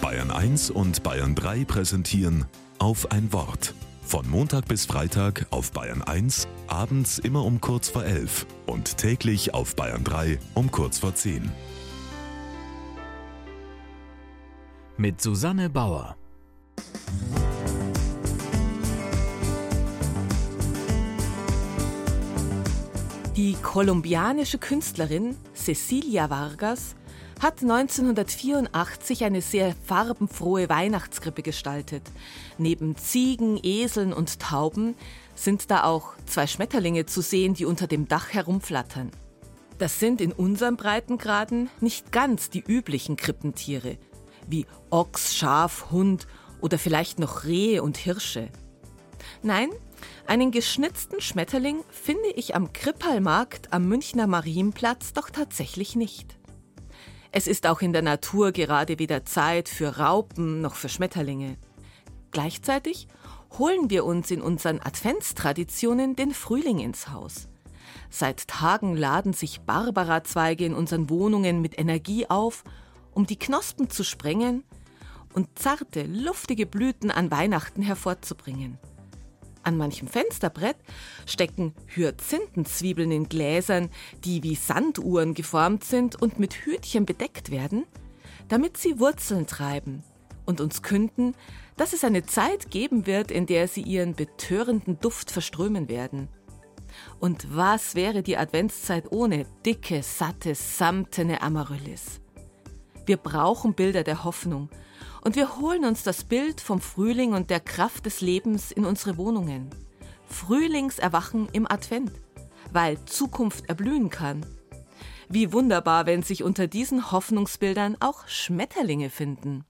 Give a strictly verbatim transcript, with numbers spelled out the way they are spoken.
Bayern eins und Bayern drei präsentieren Auf ein Wort. Von Montag bis Freitag auf Bayern eins, abends immer um kurz vor elf und täglich auf Bayern drei um kurz vor zehn. Mit Susanne Bauer. Die kolumbianische Künstlerin Cecilia Vargas hat neunzehnhundertvierundachtzig eine sehr farbenfrohe Weihnachtskrippe gestaltet. Neben Ziegen, Eseln und Tauben sind da auch zwei Schmetterlinge zu sehen, die unter dem Dach herumflattern. Das sind in unseren Breitengraden nicht ganz die üblichen Krippentiere, wie Ochs, Schaf, Hund oder vielleicht noch Rehe und Hirsche. Nein, einen geschnitzten Schmetterling finde ich am Kripalmarkt am Münchner Marienplatz doch tatsächlich nicht. Es ist auch in der Natur gerade weder Zeit für Raupen noch für Schmetterlinge. Gleichzeitig holen wir uns in unseren Adventstraditionen den Frühling ins Haus. Seit Tagen laden sich Barbarazweige in unseren Wohnungen mit Energie auf, um die Knospen zu sprengen und zarte, luftige Blüten an Weihnachten hervorzubringen. An manchem Fensterbrett stecken Hyazinthenzwiebeln in Gläsern, die wie Sanduhren geformt sind und mit Hütchen bedeckt werden, damit sie Wurzeln treiben und uns künden, dass es eine Zeit geben wird, in der sie ihren betörenden Duft verströmen werden. Und was wäre die Adventszeit ohne dicke, satte, samtene Amaryllis? Wir brauchen Bilder der Hoffnung und wir holen uns das Bild vom Frühling und der Kraft des Lebens in unsere Wohnungen. Frühlingserwachen im Advent, weil Zukunft erblühen kann. Wie wunderbar, wenn sich unter diesen Hoffnungsbildern auch Schmetterlinge finden.